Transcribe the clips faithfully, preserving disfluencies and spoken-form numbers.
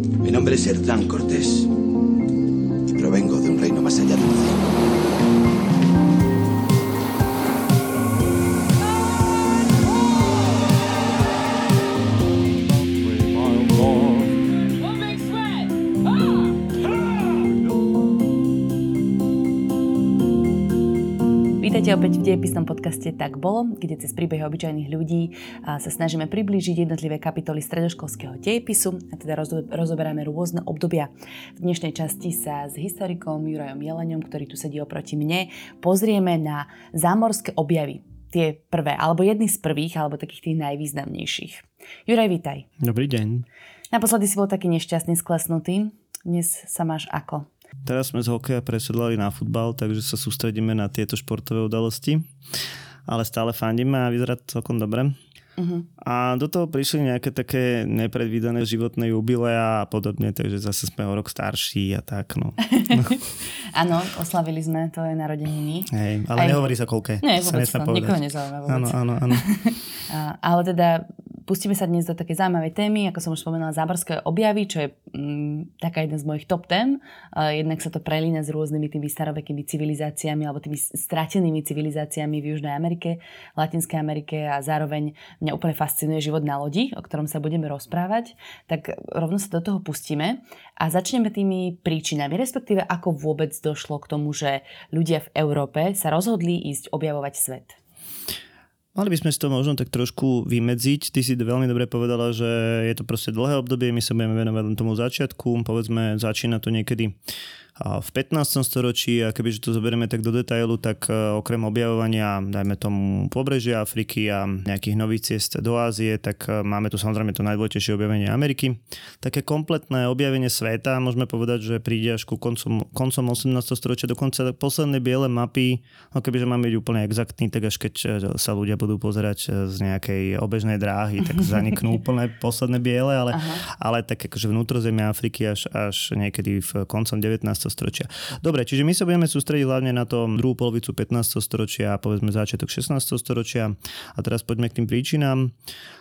Mi nombre es Hernán Cortés y provengo de un reino más allá del océano. Vítajte opäť v dejepisnom podcaste Tak bolo, kde cez príbehy obyčajných ľudí sa snažíme priblížiť jednotlivé kapitoly stredoškolského dejepisu a teda rozoberáme rôzne obdobia. V dnešnej časti sa s historikom Jurajom Jeleňom, ktorý tu sedí oproti mne, pozrieme na zámorské objavy. Tie prvé, alebo jedny z prvých, alebo takých tých najvýznamnejších. Juraj, vítaj. Dobrý deň. Naposledy si bol taký nešťastný, sklesnutý. Dnes sa máš ako? Teraz sme z hokeja presedlali na futbal, takže sa sústredíme na tieto športové udalosti. Ale stále fandíme a vyzerá to celkom dobre. Uh-huh. A do toho prišli nejaké také nepredvídané životné jubilea a podobne, takže zase sme o rok starší a tak, no. Áno, oslavili sme tvoje narodeniny. Hej, ale Aj... nehovorí sa koľké. Nie, vôbec to, nikoho nezaujíma vôbec. Áno, áno, áno. Ale teda pustíme sa dnes do také zaujímavej témy, ako som už spomenula, zámorské objavy, čo je mm, taká jedna z mojich top tém. Uh, jednak sa to prelína s rôznymi tými starovekými civilizáciami alebo tými stratenými civilizáciami v Južnej Amerike, Latinskej Amerike a zároveň mňa úplne fascinuje život na lodi, o ktorom sa budeme rozprávať. Tak rovno sa do toho pustíme a začneme tými príčinami, respektíve ako vôbec došlo k tomu, že ľudia v Európe sa rozhodli ísť objavovať svet. Mali by sme si to možno tak trošku vymedziť. Ty si veľmi dobre povedala, že je to proste dlhé obdobie, my sa budeme venovať len tomu začiatku. Povedzme, začína to niekedy v pätnástom storočí a kebyže to zoberieme tak do detailu, tak okrem objavovania, dajme tomu pobrežia Afriky a nejakých nových ciest do Ázie, tak máme tu samozrejme to najdôležitejšie objavenie Ameriky. Také kompletné objavenie sveta, môžeme povedať, že príde až ku koncom, koncom osemnásteho storočia, dokonca posledné biele mapy, no kebyže máme byť úplne exaktný, tak až keď sa ľudia budú pozerať z nejakej obežnej dráhy, tak zaniknú úplne posledné biele, ale, ale tak akože vnútrozemia Afriky až, až niekedy v koncom devätnásteho storočia. Dobre, čiže my sa budeme sústrediť hlavne na to druhú polovicu pätnásteho storočia a povedzme začiatok šestnásteho storočia a teraz poďme k tým príčinám.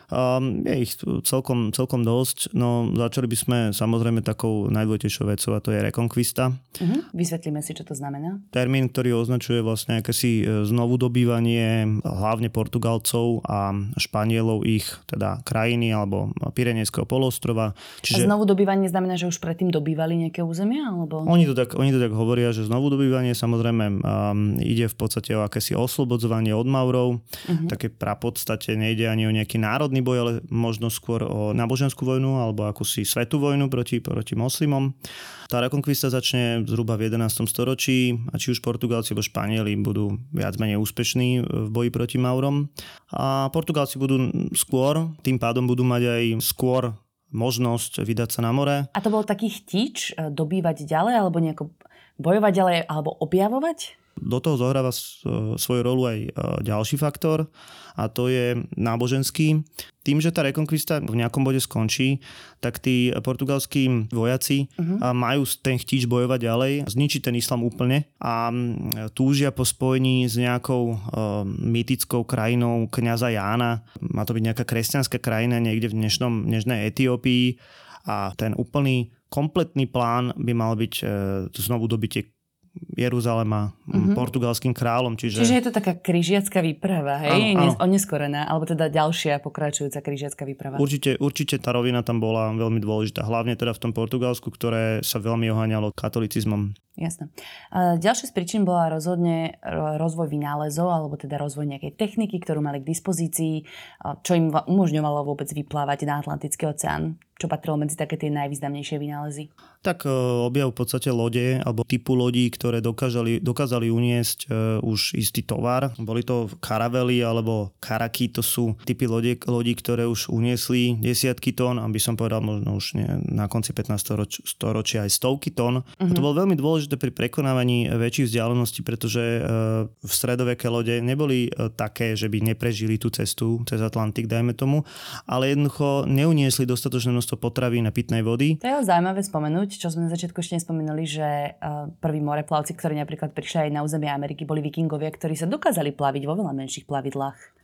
Um, je ich celkom, celkom dosť, no začali by sme samozrejme takou najdôležitejšou vecou a to je rekonkvista. Uh-huh. Vysvetlíme si, čo to znamená. Termín, ktorý označuje vlastne akési znovu dobývanie hlavne Portugalcov a Španielov ich teda krajiny alebo Pyrenejského poloostrova. Čiže... A znovu dobývanie znamená, že už predtým dobývali nejaké územia? Alebo... Oni, to tak, oni to tak hovoria, že znovu dobývanie samozrejme um, ide v podstate o akési oslobodzovanie od Maurov. Uh-huh. Také prapodstate nejde ani o nejaký národný boj, ale možno skôr o náboženskú vojnu alebo akúsi svätú vojnu proti, proti moslimom. Tá rekonkvista začne zhruba v jedenástom storočí a či už Portugálci alebo Španieli budú viac menej úspešní v boji proti Maurom. A Portugálci budú skôr, tým pádom budú mať aj skôr možnosť vydať sa na more. A to bol taký chtič dobývať ďalej alebo nejako bojovať ďalej alebo objavovať? Do toho zohráva svoju rolu aj ďalší faktor a to je náboženský. Tým, že tá rekonkvista v nejakom bode skončí, tak tí portugalskí vojaci uh-huh. majú ten chtíč bojovať ďalej, zničiť ten islám úplne a túžia po spojení s nejakou uh, mýtickou krajinou kňaza Jána. Má to byť nejaká kresťanská krajina niekde v dnešnom, dnešnej Etiópii a ten úplný kompletný plán by mal byť uh, znovu dobitie Jeruzalema mm-hmm. portugalským kráľom. Čiže... čiže je to taká križiacka výprava, hej? Áno, áno. Oneskorená, alebo teda ďalšia pokračujúca križiacka výprava. Určite, určite tá rovina tam bola veľmi dôležitá. Hlavne teda v tom Portugalsku, ktoré sa veľmi oháňalo katolicizmom. Jasné. Ďalšia z príčin bola rozhodne rozvoj vynálezov, alebo teda rozvoj nejakej techniky, ktorú mali k dispozícii, čo im umožňovalo vôbec vyplávať na Atlantický oceán. Čo patrilo medzi také tie najvýznamnejšie vynálezy? Tak objav v podstate lode alebo typu lodí, ktoré dokázali, dokázali uniesť uh, už istý tovar. Boli to karavely alebo karaky, to sú typy lodí, lodí, ktoré už uniesli desiatky tón, aby som povedal možno už nie, na konci pätnásteho storočia aj stovky tón. Uh-huh. To bolo veľmi dôležité pri prekonávaní väčších vzdialeností, pretože uh, v stredoveké lode neboli uh, také, že by neprežili tú cestu cez Atlantik, dajme tomu, ale jednoducho neuniesli dostatočné množstvo potravín a pitnej vody. To je zaujímavé spomenúť, čo sme na začiatku ešte nespomenuli, že uh, prví moreplavci, ktorí napríklad prišli aj na územie Ameriky, boli vikingovia, ktorí sa dokázali plaviť vo veľa menších plavidlách.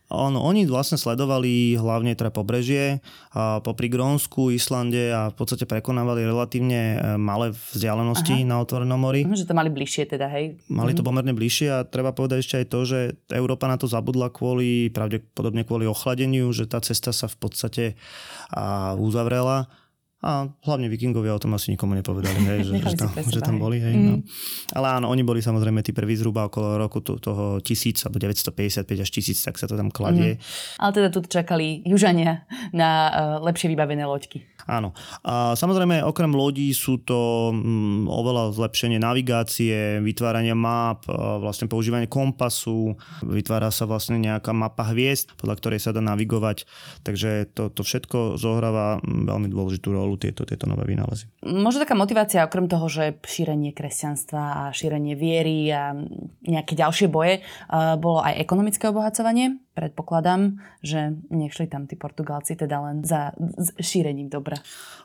On, oni vlastne sledovali hlavne teda pobrežie a popri Grónsku, Islande a v podstate prekonávali relatívne malé vzdialenosti Aha. na otvorenom mori. Že to mali bližšie teda, hej? Mali to pomerne bližšie a treba povedať ešte aj to, že Európa na to zabudla kvôli, pravdepodobne kvôli ochladeniu, že tá cesta sa v podstate a, uzavrela. A hlavne vikingovia o tom asi nikomu nepovedali, hej, že, že, tam, že tam boli. Hej, mm. no. Ale áno, oni boli samozrejme tí prví zhruba okolo roku to, toho tisíc alebo deväťstopäťdesiatpäť až tisíc, tak sa to tam kladie. Mm. Ale teda tu čakali južania na uh, lepšie vybavené loďky. Áno. A samozrejme, okrem lodí sú to mm, oveľa zlepšenie navigácie, vytvárania map, vlastne používanie kompasu, vytvára sa vlastne nejaká mapa hviezd, podľa ktorej sa dá navigovať. Takže to, to všetko zohráva veľmi dôležitú rolu, tieto, tieto nové vynálezy. Možno taká motivácia, okrem toho, že šírenie kresťanstva a šírenie viery a nejaké ďalšie boje, bolo aj ekonomické obohacovanie. Predpokladám, že nešli tam tí Portugálci teda len za šírením dobra.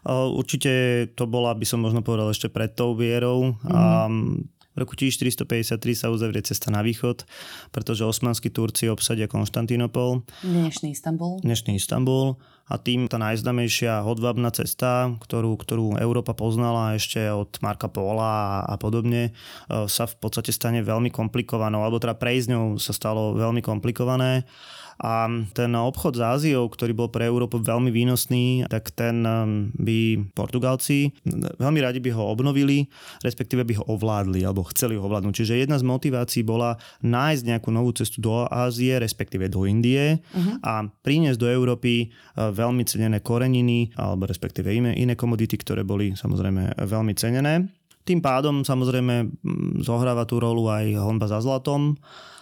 Určite to bola, by som možno povedal, ešte pred tou vierou. Mm. A v roku tisícštyristopäťdesiattri sa uzavrie cesta na východ, pretože osmanskí Turci obsadia Konštantínopol. Dnešný Istanbul. Dnešný Istanbul. A tým tá najznámejšia hodvábna cesta, ktorú, ktorú Európa poznala ešte od Marca Pola a, a podobne, sa v podstate stane veľmi komplikovanou, alebo teda prejsť ňou sa stalo veľmi komplikované. A ten obchod s Áziou, ktorý bol pre Európu veľmi výnosný, tak ten by Portugálci veľmi radi by ho obnovili, respektíve by ho ovládli, alebo chceli ho ovládnuť. Čiže jedna z motivácií bola nájsť nejakú novú cestu do Ázie, respektíve do Indie uh-huh. a priniesť do Európy veľmi cenené koreniny, alebo respektíve iné, iné komodity, ktoré boli samozrejme veľmi cenené. Tým pádom samozrejme zohráva tú rolu aj honba za zlatom.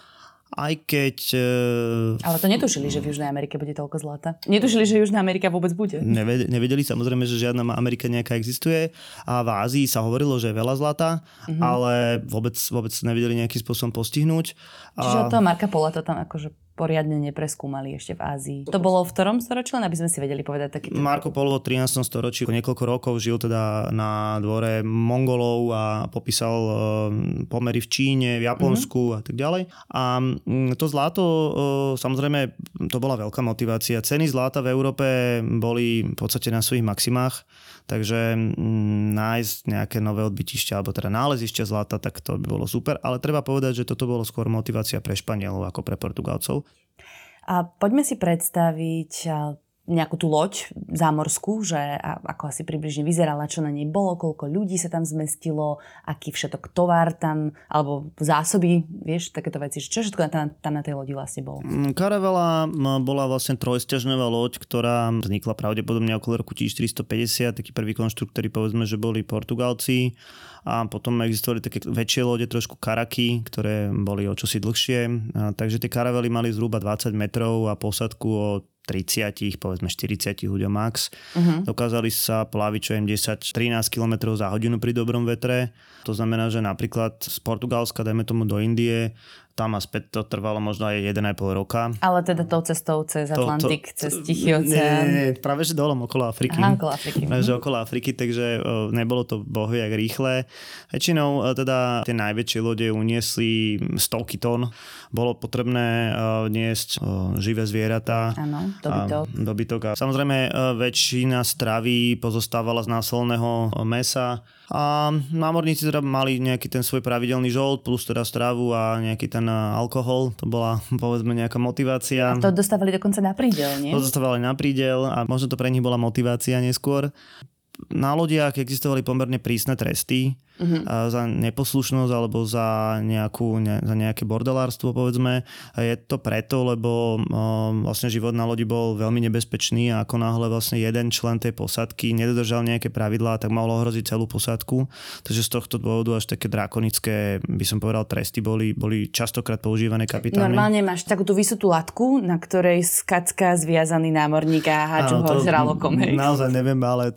Aj keď... Ale to netušili, že v Južnej Amerike bude toľko zlata. Netušili, že Južná Amerika vôbec bude. Nevedeli, nevedeli samozrejme, že žiadna Amerika nejaká existuje a v Ázii sa hovorilo, že je veľa zlata, mm-hmm. ale vôbec, vôbec nevedeli nejakým spôsobom postihnúť. Čiže od toho Marca Pola to tam akože poriadne nepreskúmali ešte v Ázii. To bolo v ktorom storočí, len aby sme si vedeli povedať taký... Marco Polo v trinástom storočí niekoľko rokov žil teda na dvore Mongolov a popísal pomery v Číne, v Japonsku mm-hmm. a tak ďalej. A to zlato, samozrejme, to bola veľká motivácia. Ceny zlata v Európe boli v podstate na svojich maximách, takže nájsť nejaké nové odbytišťa, alebo teda nálezišťa zlata, tak to by bolo super. Ale treba povedať, že toto bolo skôr motivácia pre Španielov ako pre Portugálcov. A poďme si predstaviť nejakú tú loď zámorskú, že ako asi približne vyzerala, čo na nej bolo, koľko ľudí sa tam zmestilo, aký všetok tovar tam, alebo zásoby, vieš, takéto veci. Čo všetko tam, tam na tej lodi vlastne bolo? Caravela bola vlastne trojsťažňová loď, ktorá vznikla pravdepodobne okolo roku tisícštyristopäťdesiat. Taký prvý konštruktori, povedzme, že boli Portugálci. A potom existovali také väčšie lode, trošku karaky, ktoré boli o čosi dlhšie. A takže tie karavely mali zhruba dvadsať metrov a posadku o tridsať, povedzme štyridsať ľuďom max. Uh-huh. Dokázali sa plaviť čo im desať trinásť kilometrov za hodinu pri dobrom vetre. To znamená, že napríklad z Portugalska, dajme tomu do Indie, tam a späť to trvalo možno aj jeden a pol roka. Ale teda tou cestou cez Atlantik, to, to, cez Tichý oceán. Nie, nie, nie, práve že dolom okolo Afriky. Aha, okolo Afriky. Práve že okolo Afriky, takže o, nebolo to bohviak rýchle. Väčšinou teda tie najväčšie lode uniesli stovky tón. Bolo potrebné o, niesť o, živé zvieratá. Áno, dobytok. A, dobytok. A samozrejme o, väčšina stravy pozostávala z násolného mäsa. A námorníci teda mali nejaký ten svoj pravidelný žolt plus teda stravu a nejaký ten alkohol. To bola, povedzme, nejaká motivácia. A to dostávali dokonca na prídel, nie? To dostávali na prídel a možno to pre nich bola motivácia neskôr. Na lodiach existovali pomerne prísne tresty uh-huh. za neposlušnosť alebo za, nejakú, ne, za nejaké bordelárstvo, povedzme. Je to preto, lebo um, vlastne život na lodi bol veľmi nebezpečný a ako náhle vlastne jeden člen tej posádky nedodržal nejaké pravidlá, tak mohlo ohroziť celú posádku. Takže z tohto dôvodu až také drakonické, by som povedal, tresty boli, boli častokrát používané kapitánmi. Normálne máš takú tú vysutú latku, na ktorej skacká zviazaný námorník a hádžu ho žralokom. Naozaj neviem, ale toto je naozaj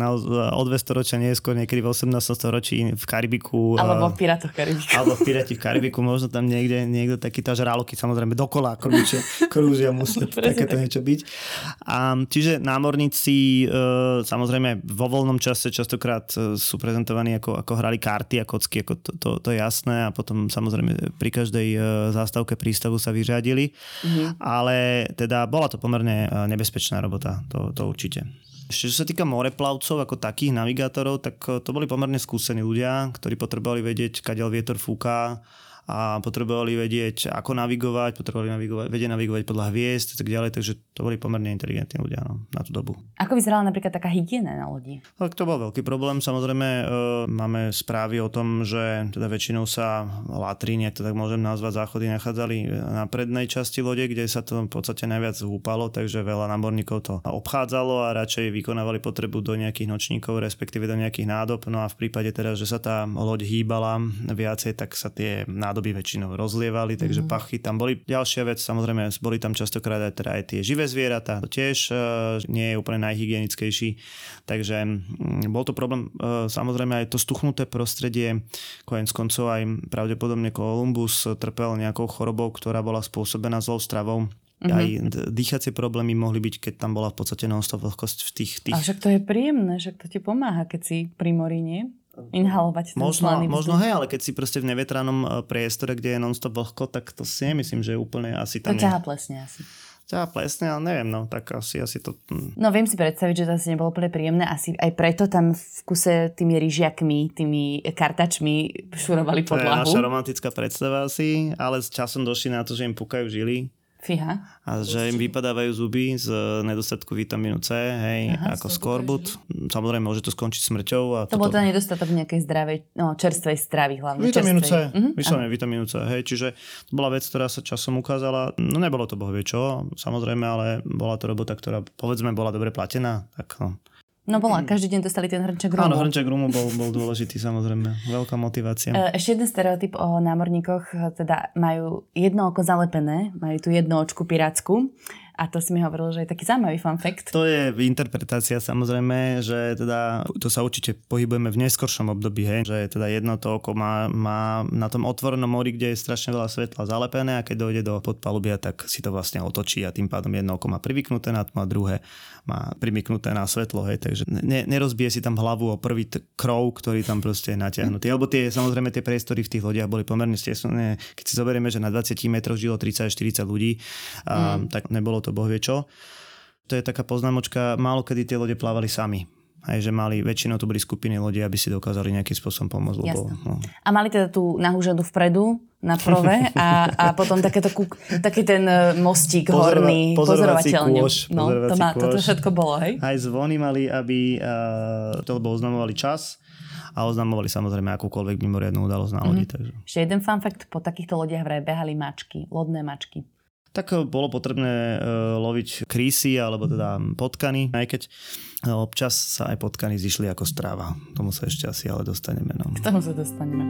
o dvesto ročia neskôr, niekedy v osemnástom storočí v Karibiku. Alebo v Pirátoch Karibiku. Alebo v Piráti v Karibiku, možno tam niekde niekto taký tá žraloky samozrejme dokola krúžia, krúžia musí takéto niečo byť. A, čiže námorníci e, samozrejme vo voľnom čase častokrát sú prezentovaní ako, ako hrali karty a kocky, ako to, to, to je jasné a potom samozrejme pri každej e, zástavke prístavu sa vyřadili. Mm-hmm. Ale teda bola to pomerne nebezpečná robota, to, to určite. Ešte, čo sa týka moreplavcov ako takých navigátorov, tak to boli pomerne skúsení ľudia, ktorí potrebovali vedieť, kadiaľ vietor fúka a potrebovali vedieť, ako navigovať, potrebovali navigovať, vedieť navigovať podľa hviezd a tak ďalej, takže to boli pomerne inteligentní ľudia no, na tú dobu. Ako vyzerala napríklad taká hygiena na lodi? Tak to bol veľký problém. Samozrejme e, máme správy o tom, že teda väčšinou sa latríny, ak to tak môžem nazvať, záchody nachádzali na prednej časti lode, kde sa to v podstate najviac húpalo, takže veľa námorníkov to obchádzalo a radšej vykonávali potrebu do nejakých nočníkov, respektíve do nejakých nádob. No a v prípade teda, že sa tá loď hýbala viacej, tak sa tie nádoby väčšinou rozlievali, takže mm-hmm. pachy tam boli. Ďalšia vec, samozrejme, boli tam častokrát aj, teda aj tie živé zvieratá, to tiež uh, nie je úplne najhygienickejší, takže um, bol to problém, uh, samozrejme aj to stuchnuté prostredie, koniec koncov aj pravdepodobne Kolumbus trpel nejakou chorobou, ktorá bola spôsobená zlou stravou. Mm-hmm. Aj dýchacie problémy mohli byť, keď tam bola v podstate non-stop vlhkosť v tých, tých... A však to je príjemné, však to ti pomáha, keď si pri mori, nie? Inhalovať ten možno, slaný možno hej, ale keď si proste v nevetranom priestore, kde je non-stop vlhko, tak to si nemyslím, že je úplne asi tam... To ťahá plesne asi. Ťahá plesne, ale neviem, no tak asi, asi to... No viem si predstaviť, že to asi nebolo úplne príjemné, asi aj preto tam v kuse tými ryžiakmi, tými kartačmi šurovali podlahu. To je naša romantická predstava asi, ale s časom došli na to, že im pukajú žily. Fíha. A že im vypadávajú zuby z nedostatku vitamínu C, hej, Aha, ako skorbut. Samozrejme, môže to skončiť smrťou. A to bol ten nedostatok nejakej zdravej, no, čerstvej stravy hlavne. Vitamínu C, mm-hmm. vyslovene vitamínu C, hej, čiže to bola vec, ktorá sa časom ukázala, no nebolo to bohvie čo, samozrejme, ale bola to robota, ktorá povedzme bola dobre platená, tak no. No bola, každý deň dostali ten hrnček rumu. Áno, hrnček rumu bol, bol dôležitý, samozrejme. Veľká motivácia. Ešte jeden stereotyp o námorníkoch, teda majú jedno oko zalepené, majú tu jednu očku pirátsku. A to si mi hovoril, že je taký zaujímavý fun fact. To je interpretácia samozrejme, že teda to sa určite pohybujeme v neskoršom období, hej, že teda jedno to oko má, má na tom otvorenom mori, kde je strašne veľa svetla zalepené a keď dojde do podpalubia, tak si to vlastne otočí a tým pádom jedno oko má privyknuté na tmu a druhé má privyknuté na svetlo, hej, takže ne, nerozbije si tam hlavu o prvý t- krov, ktorý tam proste je natiahnutý. Alebo tie, samozrejme tie priestory v tých lodiach boli pomerne stesné. Keď si zoberieme, že na dvadsať metroch žilo tridsať až štyridsať ľudí, a, mm. tak nebolo to bohvie čo. To je taká poznámočka, málo kedy tie lode plávali sami. Aj že mali, väčšinou to boli skupiny ľudí, aby si dokázali nejakým spôsobom pomôcť. Lebo, no. A mali teda tú nahú ženu vpredu na prove a, a potom takéto kuk, taký ten mostík Pozorova, horný, pozorovateľňu. Kôž, no, to má, toto všetko bolo, hej? Aj zvony mali, aby uh, to lebo oznamovali čas a oznamovali samozrejme akúkoľvek mimoriadnu udalosť na lodi. Mm-hmm. Takže. Ešte jeden fun fact, po takýchto lodiach vraj behali mačky, lodné mačky. Tak bolo potrebné uh, loviť krísy alebo teda potkany, aj keď uh, občas sa aj potkany zišli ako strava. Tomu sa ešte asi ale dostaneme. No. K tomu sa dostaneme.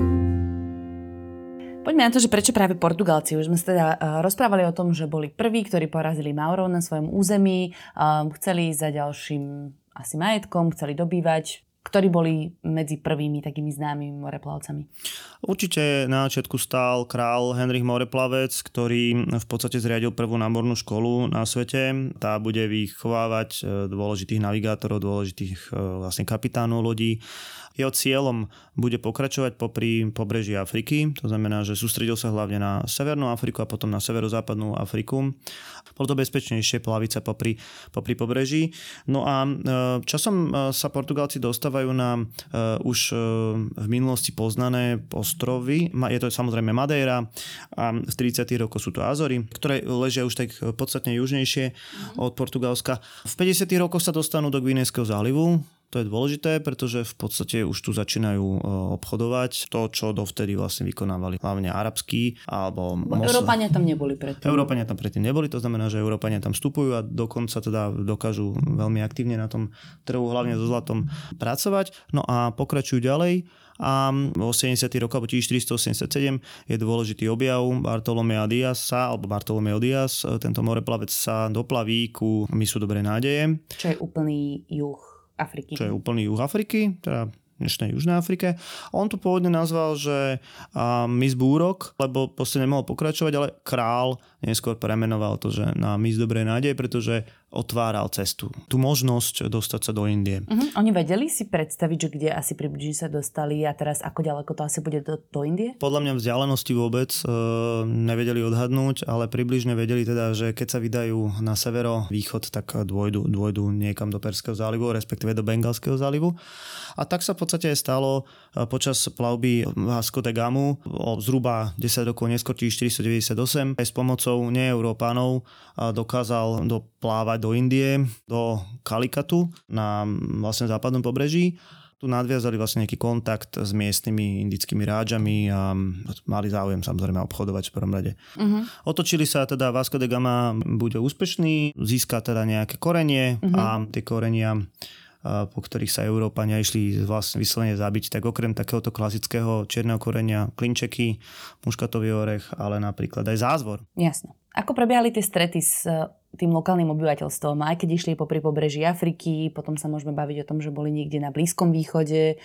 Poďme na to, že prečo práve Portugalci. Už sme sa teda uh, rozprávali o tom, že boli prví, ktorí porazili Maurov na svojom území, um, chceli za ďalším asi majetkom, chceli dobývať. Ktorí boli medzi prvými takými známymi moreplavcami? Určite na začiatku stál král Henrich Moreplavec, ktorý v podstate zriadil prvú námornú školu na svete. Tá bude vychovávať dôležitých navigátorov, dôležitých vlastne kapitánov lodí. Jeho cieľom bude pokračovať popri pobreží Afriky, to znamená, že sústredil sa hlavne na Severnú Afriku a potom na severozápadnú Afriku. Bolo to bezpečnejšie plaviť sa popri, popri pobreží. No a časom sa Portugalci dostávajú na uh, už uh, v minulosti poznané ostrovy. Je to samozrejme Madeira a v tridsiatych rokoch sú to Azory, ktoré ležia už tak podstatne južnejšie od Portugalska. V päťdesiatych rokoch sa dostanú do Guinejského zálivu. To je dôležité, pretože v podstate už tu začínajú obchodovať to, čo dovtedy vlastne vykonávali hlavne arabskí alebo... Európania tam neboli predtým. Európania tam predtým neboli, to znamená, že Európania tam vstupujú a dokonca teda dokážu veľmi aktívne na tom trhu, hlavne so zlatom, pracovať. No a pokračujú ďalej. A v osemdesiatych rokoch, alebo tisícštyristoosemdesiatsedem je dôležitý objav Bartolomea Diasa, alebo Bartolomeo Dias. Tento moreplavec sa doplaví ku mysu Dobrej nádeje. Čo je úplný juh Afriky. Čo je úplný juh Afriky, teda dnešnej Južnej Afrike. On to pôvodne nazval, že uh, Miss Búrok, lebo proste nemohol pokračovať, ale král neskôr premenoval to, že na Miss Dobrej nádeje, pretože otváral cestu. Tú možnosť dostať sa do Indie. Uh-huh. Oni vedeli si predstaviť, že kde asi približne sa dostali a teraz ako ďaleko to asi bude do, do Indie? Podľa mňa vzdialenosti vôbec e, nevedeli odhadnúť, ale približne vedeli teda, že keď sa vydajú na severo-východ, tak dôjdu, dôjdu niekam do Perského zálivu, respektíve do Bengalského zálivu. A tak sa v podstate stalo počas plavby Vasco da Gamu o zhruba desať rokov neskôr, štyristodeväťdesiatosem, aj s pomocou neeurópanov dokázal doplávať do Indie, do Kalikatu na vlastne západnom pobreží. Tu nadviazali vlastne nejaký kontakt s miestnymi indickými rádžami a mali záujem samozrejme obchodovať v prvom rade. Uh-huh. Otočili sa teda, Vasco da Gama bude úspešný, získa teda nejaké korenie uh-huh. a tie korenia, po ktorých sa Európania išli vlastne vyslovene zabiť, tak okrem takéhoto klasického čierneho korenia klinčeky, muškatový orech, ale napríklad aj zázvor. Jasne. Ako prebiehali tie strety s tým lokálnym obyvateľstvom? Aj keď išli popri pobreží Afriky, potom sa môžeme baviť o tom, že boli niekde na Blízkom východe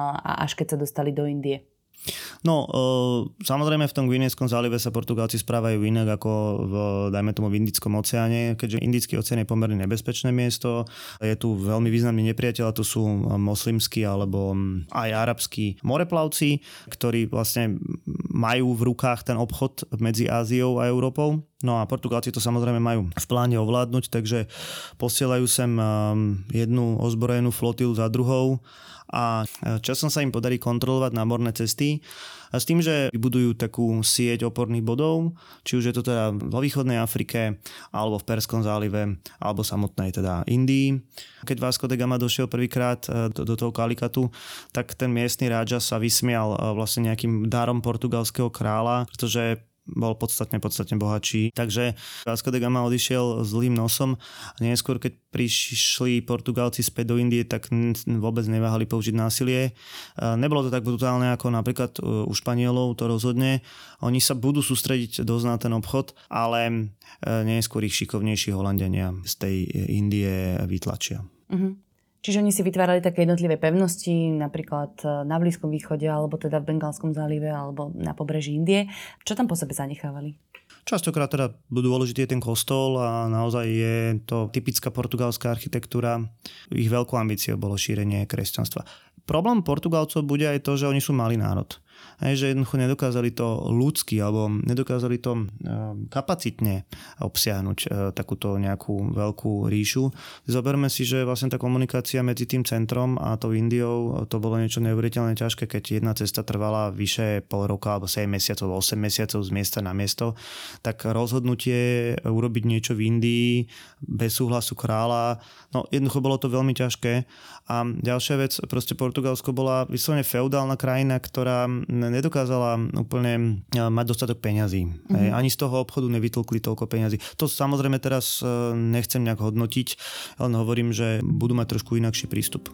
a až keď sa dostali do Indie. No, e, samozrejme v tom Guinejskom zálive sa Portugálci správajú inak ako v, dajme tomu, v Indickom oceáne, keďže Indický oceán je pomerne nebezpečné miesto. Je tu veľmi významný nepriateľ, a to sú moslimskí alebo aj arabskí moreplavci, ktorí vlastne majú v rukách ten obchod medzi Áziou a Európou. No a Portugálci to samozrejme majú v pláne ovládnuť, takže posielajú sem jednu ozbrojenú flotilu za druhou a časom sa im podarí kontrolovať námorné cesty a s tým, že vybudujú takú sieť oporných bodov, či už je to teda vo východnej Afrike, alebo v Perskom zálive, alebo samotnej teda Indii. Keď Vasco da Gama došiel prvýkrát do, do toho Kalikatu, tak ten miestny rádža sa vysmial vlastne nejakým darom portugalského kráľa, pretože bol podstatne, podstatne bohatší. Takže Vasco da Gama odišiel s zlým nosom. Neskôr, keď prišli Portugálci späť do Indie, tak vôbec neváhali použiť násilie. Nebolo to tak brutálne ako napríklad u Španielov, to rozhodne. Oni sa budú sústrediť dosť na ten obchod, ale neskôr ich šikovnejší Holanďania z tej Indie vytlačia. Uh-huh. Čiže oni si vytvárali také jednotlivé pevnosti, napríklad na Blízkom východe, alebo teda v Bengalskom zálive, alebo na pobreží Indie. Čo tam po sebe zanechávali? Častokrát teda budú dôležitý ten kostol a naozaj je to typická portugalská architektúra. Ich veľkou ambíciou bolo šírenie kresťanstva. Problém Portugalcov bude aj to, že oni sú malý národ. Hej, že jednoducho nedokázali to ľudsky alebo nedokázali to kapacitne obsiahnuť takúto nejakú veľkú ríšu. Zoberme si, že vlastne tá komunikácia medzi tým centrom a tou Indiou, to bolo niečo neuveriteľne ťažké, keď jedna cesta trvala vyše pol roka alebo sedem mesiacov, osem mesiacov z miesta na miesto, tak rozhodnutie urobiť niečo v Indii bez súhlasu kráľa, no jednoducho bolo to veľmi ťažké. A ďalšia vec, proste Portugalsko bola vyslovene feudálna krajina, ktorá nedokázala úplne mať dostatok peňazí. Mm-hmm. Ani z toho obchodu nevytlkli toľko peňazí. To samozrejme teraz nechcem nejak hodnotiť, len hovorím, že budú mať trošku inakší prístup.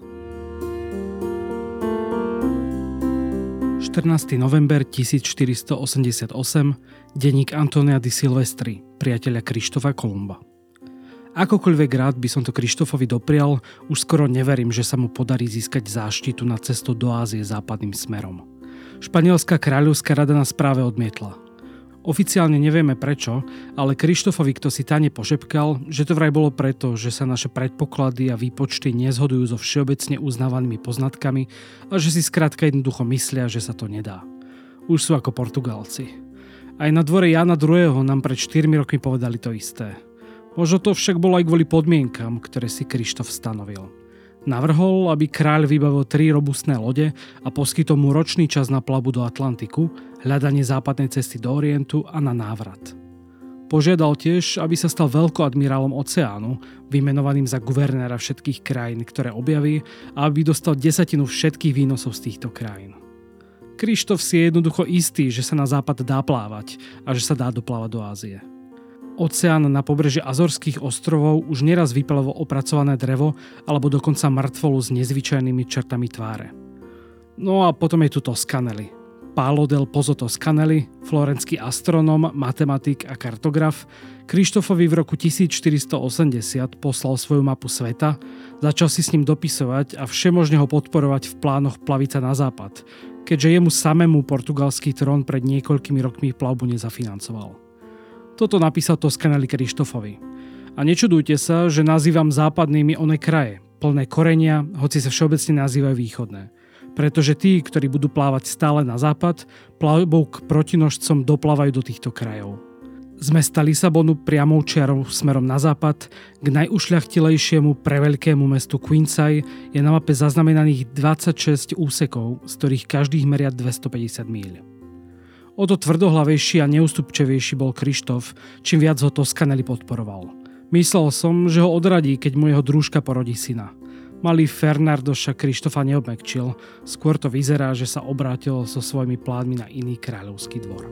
štrnásteho november tisícštyristoosemdesiatosem, denník Antónia di Silvestri, priateľa Krištofa Kolumba. Akokoľvek rád by som to Krištofovi doprial, už skoro neverím, že sa mu podarí získať záštitu na cestu do Ázie západným smerom. Španielská kráľovská rada nás práve odmietla. Oficiálne nevieme prečo, ale Krištofovi kto si táne pošepkal, že to vraj bolo preto, že sa naše predpoklady a výpočty nezhodujú so všeobecne uznávanými poznatkami a že si skrátka jednoducho myslia, že sa to nedá. Už sú ako Portugálci. Aj na dvore Jána druhého. nám pred štyrmi rokmi povedali to isté. Možno to však bolo aj kvôli podmienkam, ktoré si Krištof stanovil. Navrhol, aby kráľ vybavil tri robustné lode a poskytol mu ročný čas na plavbu do Atlantiku, hľadanie západnej cesty do Orientu a na návrat. Požiadal tiež, aby sa stal veľkoadmirálom oceánu, vymenovaným za guvernéra všetkých krajín, ktoré objaví, a aby dostal desatinu všetkých výnosov z týchto krajín. Krištof si je jednoducho istý, že sa na západ dá plávať a že sa dá doplávať do Ázie. Oceán na pobreží Azorských ostrovov už neraz vypaloval opracované drevo alebo dokonca mŕtvolu s nezvyčajnými črtami tváre. No a potom je tu Toscanelli. Paolo del Pozzo Toscanelli, florenský astronóm, matematik a kartograf, Krištofovi v roku tisícštyristoosemdesiat poslal svoju mapu sveta, začal si s ním dopisovať a všemožne ho podporovať v plánoch plaviť sa na západ, keďže jemu samému portugalský trón pred niekoľkými rokmi plavbu nezafinancoval. Toto napísal Toscanelli Krištofovi. A nečudujte sa, že nazývam západnými one kraje, plné korenia, hoci sa všeobecne nazývajú východné. Pretože tí, ktorí budú plávať stále na západ, plavbou k protinožcom doplávajú do týchto krajov. Z mesta Lisabonu priamou čiarou smerom na západ k najušľachtilejšiemu preveľkému mestu Quincay je na mape zaznamenaných dvadsaťšesť úsekov, z ktorých každých meria dvestopäťdesiat míľ. O to tvrdohlavejší a neústupčevejší bol Krištof, čím viac ho Toscanelli podporoval. Myslel som, že ho odradí, keď mu jeho družka porodí syna. Malý Fernando však Krištofa neobmekčil, skôr to vyzerá, že sa obrátil so svojimi plánmi na iný kráľovský dvor.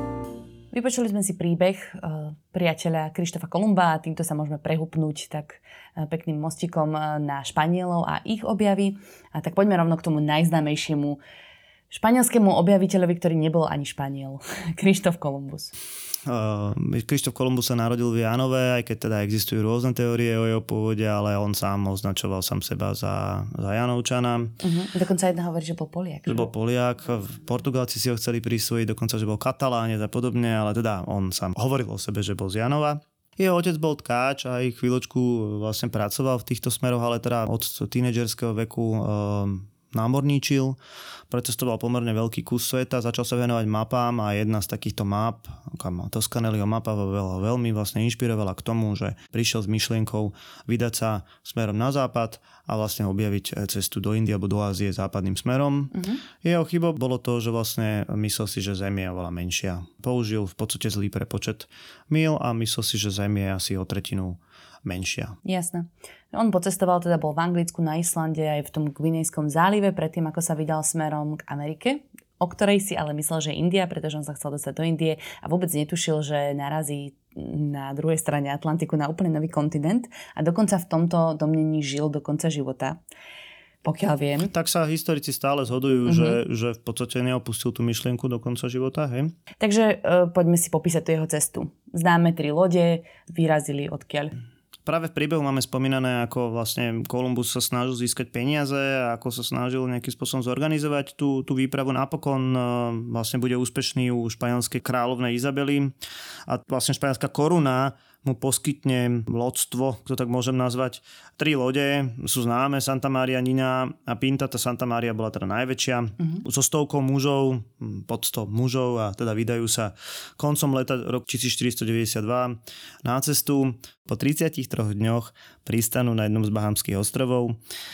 Vypočuli sme si príbeh uh, priateľa Krištofa Kolumba a týmto sa môžeme prehupnúť tak uh, pekným mostikom uh, na Španielov a ich objavy. A tak poďme rovno k tomu najznámejšiemu španielskému objaviteľovi, ktorý nebol ani Španiel. Krištof Kolumbus. Uh, Krištof Kolumbus sa narodil v Janove, aj keď teda existujú rôzne teórie o jeho pôvode, ale on sám označoval sám seba za, za Janovčana. Uh-huh. Dokonca jedna hovorí, že bol Poliak. Že bol Poliak. Portugalci si ho chceli prisvojiť, dokonca, že bol Katalánec a podobne, ale teda on sám hovoril o sebe, že bol z Janova. Jeho otec bol tkáč a aj chvíľočku vlastne pracoval v týchto smeroch, ale teda od tínedžerského veku um, námorníčil, precestoval pomerne veľký kus sveta, začal sa venovať mapám a jedna z takýchto map, Toscanelliho mapa, ho veľmi vlastne inšpirovala k tomu, že prišiel s myšlienkou vydať sa smerom na západ a vlastne objaviť cestu do Indie alebo do Ázie západným smerom. Uh-huh. Jeho chybou bolo to, že vlastne myslel si, že Zem je oveľa menšia. Použil v podstate zlý prepočet míl a myslel si, že Zem je asi o tretinu menšia. Jasné. On pocestoval, teda bol v Anglicku, na Islande aj v tom Gvinejskom zálive, predtým ako sa vydal smerom k Amerike, o ktorej si ale myslel, že je India, pretože on sa chcel dostať do Indie a vôbec netušil, že narazí na druhej strane Atlantiku na úplne nový kontinent a dokonca v tomto domnení žil do konca života. Pokiaľ viem. Tak sa historici stále zhodujú, mm-hmm. že, že v podstate neopustil tú myšlienku do konca života. Hej? Takže e, poďme si popísať tú jeho cestu. Známe tri lode, vyrazili odkiaľ. Práve v príbehu máme spomínané, ako vlastne Kolumbus sa snažil získať peniaze a ako sa snažil nejakým spôsobom zorganizovať tú, tú výpravu. Napokon vlastne bude úspešný u španielskej kráľovnej Izabely a vlastne španielská koruna mu poskytne lodstvo, kto tak môžem nazvať. Tri lode sú známe, Santa Maria, Nina a Pinta. Tá Santa Maria bola teda najväčšia. Uh-huh. So stovkou mužov, pod sto mužov a teda vydajú sa koncom leta rok tisícštyristodeväťdesiatdva na cestu. Po tridsiatich troch dňoch pristanú na jednom z Bahamských ostrovov,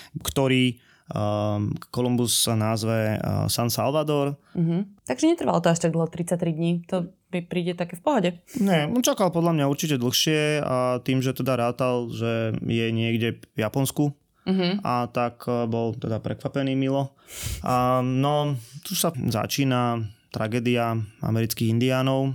ktorý Kolumbus sa názve San Salvador. Uh-huh. Takže netrvalo to až tak dlho, tridsaťtri dní. To by príde také v pohode. Nie, on čakal podľa mňa určite dlhšie a tým, že teda rátal, že je niekde v Japonsku, uh-huh. a tak bol teda prekvapený milo. A no, tu sa začína tragédia amerických indiánov.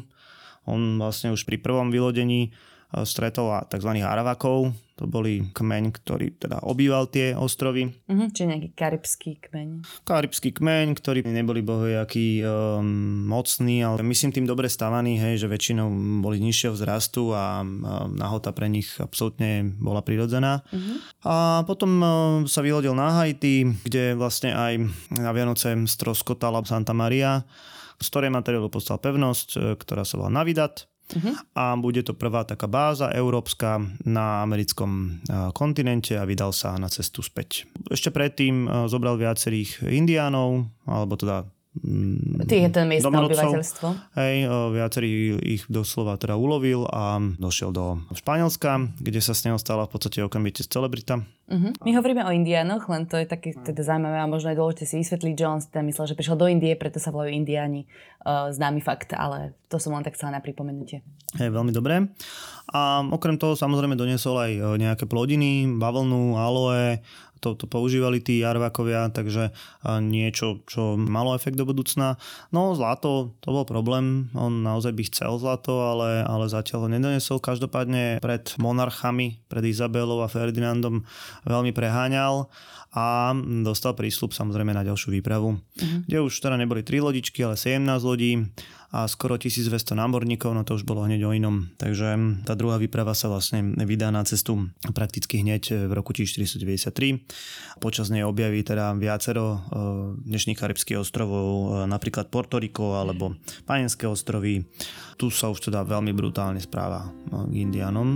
On vlastne už pri prvom vylodení stretol tzv. Arawakov. To boli kmeň, ktorý teda obýval tie ostrovy. Uh-huh, čiže nejaký karibský kmeň. Karibský kmeň, ktorí neboli bohojakí um, mocní, ale myslím tým dobre stavaní, hej, že väčšinou boli nižšieho vzrastu a um, nahota pre nich absolútne bola prirodzená. Uh-huh. A potom um, sa vylodil na Haiti, kde vlastne aj na Vianoce stroskotala Santa Maria, z ktorej materiálu postal pevnosť, ktorá sa volá Navidad. Uh-huh. A bude to prvá taká báza európska na americkom kontinente a vydal sa na cestu späť. Ešte predtým zobral viacerých indiánov, alebo teda Tých je to miestne obyvateľstvo. Hej, viacerý ich doslova teda ulovil a došiel do Španielska, kde sa s neho stala v podstate okamžite celebrita. Uh-huh. My hovoríme o Indiánoch, len to je také teda zaujímavé a možno aj dôležité si vysvetliť, že on si teda myslel, že prišiel do Indie, preto sa volajú Indiáni. Uh, známy fakt, ale to som len tak chcela na pripomenutie. Hej, veľmi dobré. A okrem toho samozrejme doniesol aj nejaké plodiny, bavlnu, aloe, to, to používali tí Jarvákovia, takže niečo, čo malo efekt do budúcna. No zlato, to bol problém, on naozaj by chcel zlato, ale, ale zatiaľ ho nedonesol. Každopádne pred monarchami, pred Izabelou a Ferdinandom veľmi preháňal a dostal prísľub samozrejme na ďalšiu výpravu, uh-huh. kde už teda neboli tri lodičky, ale sedemnásť lodí a skoro tisícdvesto námorníkov, no to už bolo hneď o inom. Takže tá druhá výprava sa vlastne vydá na cestu prakticky hneď v roku tisícštyristodeväťdesiattri. Počas nej objaví teda viacero dnešných karibských ostrovov, napríklad Portoriko alebo Panenské ostrovy. Tu sa už teda veľmi brutálne správa k Indianom.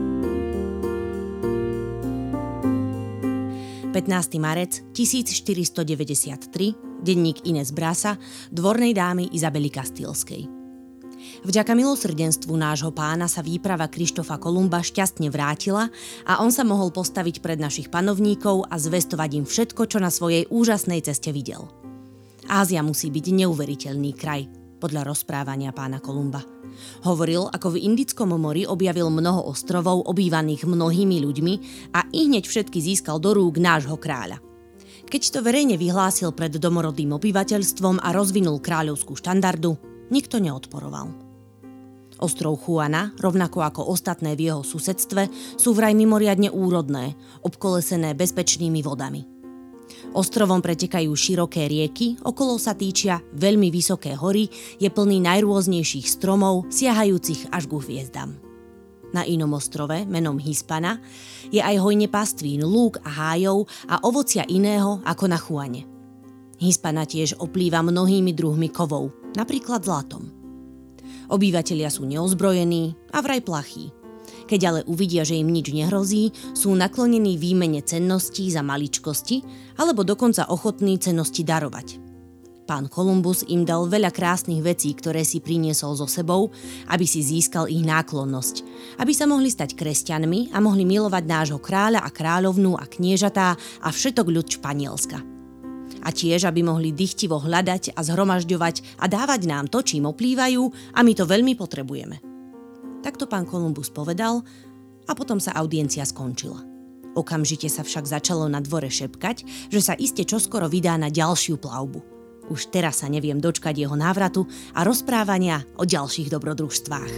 pätnásteho marca tisícštyristodeväťdesiattri, denník Inés Brasa, dvornej dámy Izabely Kastílskej. Vďaka milosrdenstvu nášho pána sa výprava Krištofa Kolumba šťastne vrátila a on sa mohol postaviť pred našich panovníkov a zvestovať im všetko, čo na svojej úžasnej ceste videl. Ázia musí byť neuveriteľný kraj, podľa rozprávania pána Kolumba. Hovoril, ako v Indickom mori objavil mnoho ostrovov obývaných mnohými ľuďmi a ihneď všetky získal do rúk nášho kráľa. Keď to verejne vyhlásil pred domorodým obyvateľstvom a rozvinul kráľovskú štandardu, nikto neodporoval. Ostrov Juana, rovnako ako ostatné v jeho susedstve, sú vraj mimoriadne úrodné, obkolesené bezpečnými vodami. Ostrovom pretekajú široké rieky, okolo sa týčia veľmi vysoké hory, je plný najrôznejších stromov, siahajúcich až ku hviezdam. Na inom ostrove, menom Hispana, je aj hojne pastvín, lúk a hájov a ovocia iného ako na Juane. Hispana tiež oplýva mnohými druhmi kovov, napríklad zlatom. Obyvatelia sú neozbrojení a vraj plachí. Keď ale uvidia, že im nič nehrozí, sú naklonení výmene cenností za maličkosti alebo dokonca ochotní cennosti darovať. Pán Kolumbus im dal veľa krásnych vecí, ktoré si priniesol so sebou, aby si získal ich náklonnosť, aby sa mohli stať kresťanmi a mohli milovať nášho kráľa a kráľovnú a kniežatá a všetok ľud Španielska. A tiež, aby mohli dychtivo hľadať a zhromažďovať a dávať nám to, čím oplývajú, a my to veľmi potrebujeme. Takto pán Kolumbus povedal a potom sa audiencia skončila. Okamžite sa však začalo na dvore šepkať, že sa iste čoskoro vydá na ďalšiu plavbu. Už teraz sa neviem dočkať jeho návratu a rozprávania o ďalších dobrodružstvách.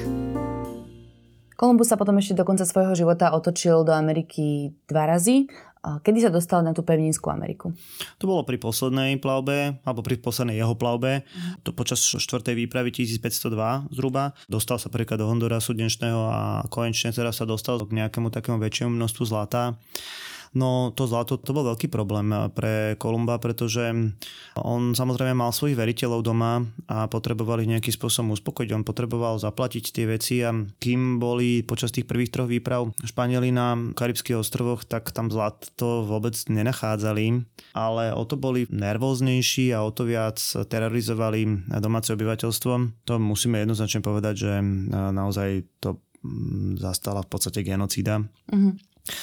Kolumbus sa potom ešte do konca svojho života otočil do Ameriky dva razy. Kedy sa dostal na tú pevninskú Ameriku? To bolo pri poslednej plavbe, alebo pri poslednej jeho plavbe. To počas štvrtej výpravy tisícpäťstodva zhruba. Dostal sa prvýkrát do Hondurasu dnešného a konečne teraz sa dostal k nejakému takému väčšiemu množstvu zlata. No to zlato, to bol veľký problém pre Kolumba, pretože on samozrejme mal svojich veriteľov doma a potreboval ich nejakým spôsobom uspokojiť. On potreboval zaplatiť tie veci a kým boli počas tých prvých troch výprav Španieli na Karibských ostrovoch, tak tam zlato vôbec nenachádzali, ale o to boli nervóznejší a o to viac terorizovali domáce obyvateľstvo. To musíme jednoznačne povedať, že naozaj to zastala v podstate genocída. Mhm.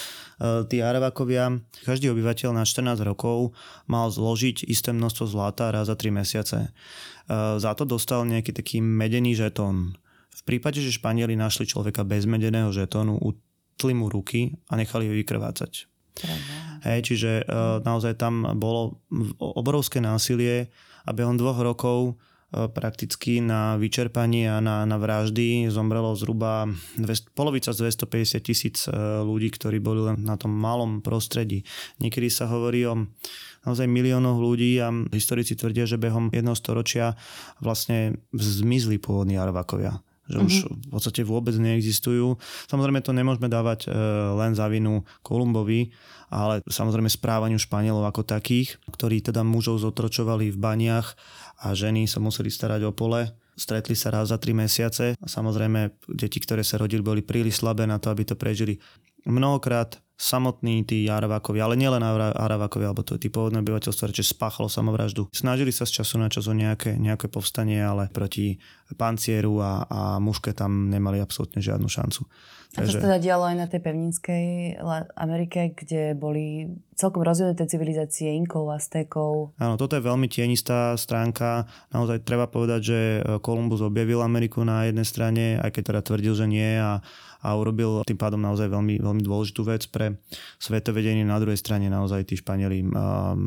Tí Arawakovia, každý obyvateľ na štrnásť rokov mal zložiť isté množstvo zlata raz za tri mesiace. Za to dostal nejaký taký medený žetón. V prípade, že Španieli našli človeka bez medeného žetónu, utli mu ruky a nechali ho vykrvácať. Hej, čiže naozaj tam bolo obrovské násilie a behom dvoch rokov prakticky na vyčerpanie a na, na vraždy zomrelo zhruba dvesto, polovica z dvestopäťdesiat tisíc ľudí, ktorí boli len na tom malom prostredí. Niekedy sa hovorí o naozaj miliónoch ľudí a historici tvrdia, že behom jedného storočia vlastne zmizli pôvodní Arawakovia. Že už v podstate vôbec neexistujú. Samozrejme to nemôžeme dávať len za vinu Kolumbovi, ale samozrejme správaniu Španielov ako takých, ktorí teda mužov zotročovali v baniach a ženy sa museli starať o pole. Stretli sa raz za tri mesiace a samozrejme deti, ktoré sa rodili, boli príliš slabé na to, aby to prežili. Mnohokrát samotní tí Arawakovia, ale nielen Arawakovia, alebo to je tí pôvodné obyvateľstvo, čo spáchalo samovraždu. Snažili sa z času na čas o nejaké, nejaké povstanie, ale proti pancieru a, a muške tam nemali absolútne žiadnu šancu. A to sa teda dialo aj na tej pevninskej Amerike, kde boli celkom rozvinuté civilizácie Inkov, Aztékov. Áno, toto je veľmi tienistá stránka. Naozaj treba povedať, že Kolumbus objavil Ameriku na jednej strane, aj keď teda tvrdil, že nie a, a urobil tým pádom naozaj veľmi, veľmi dôležitú vec pre svetovedenie. Na druhej strane naozaj tí Španieli um,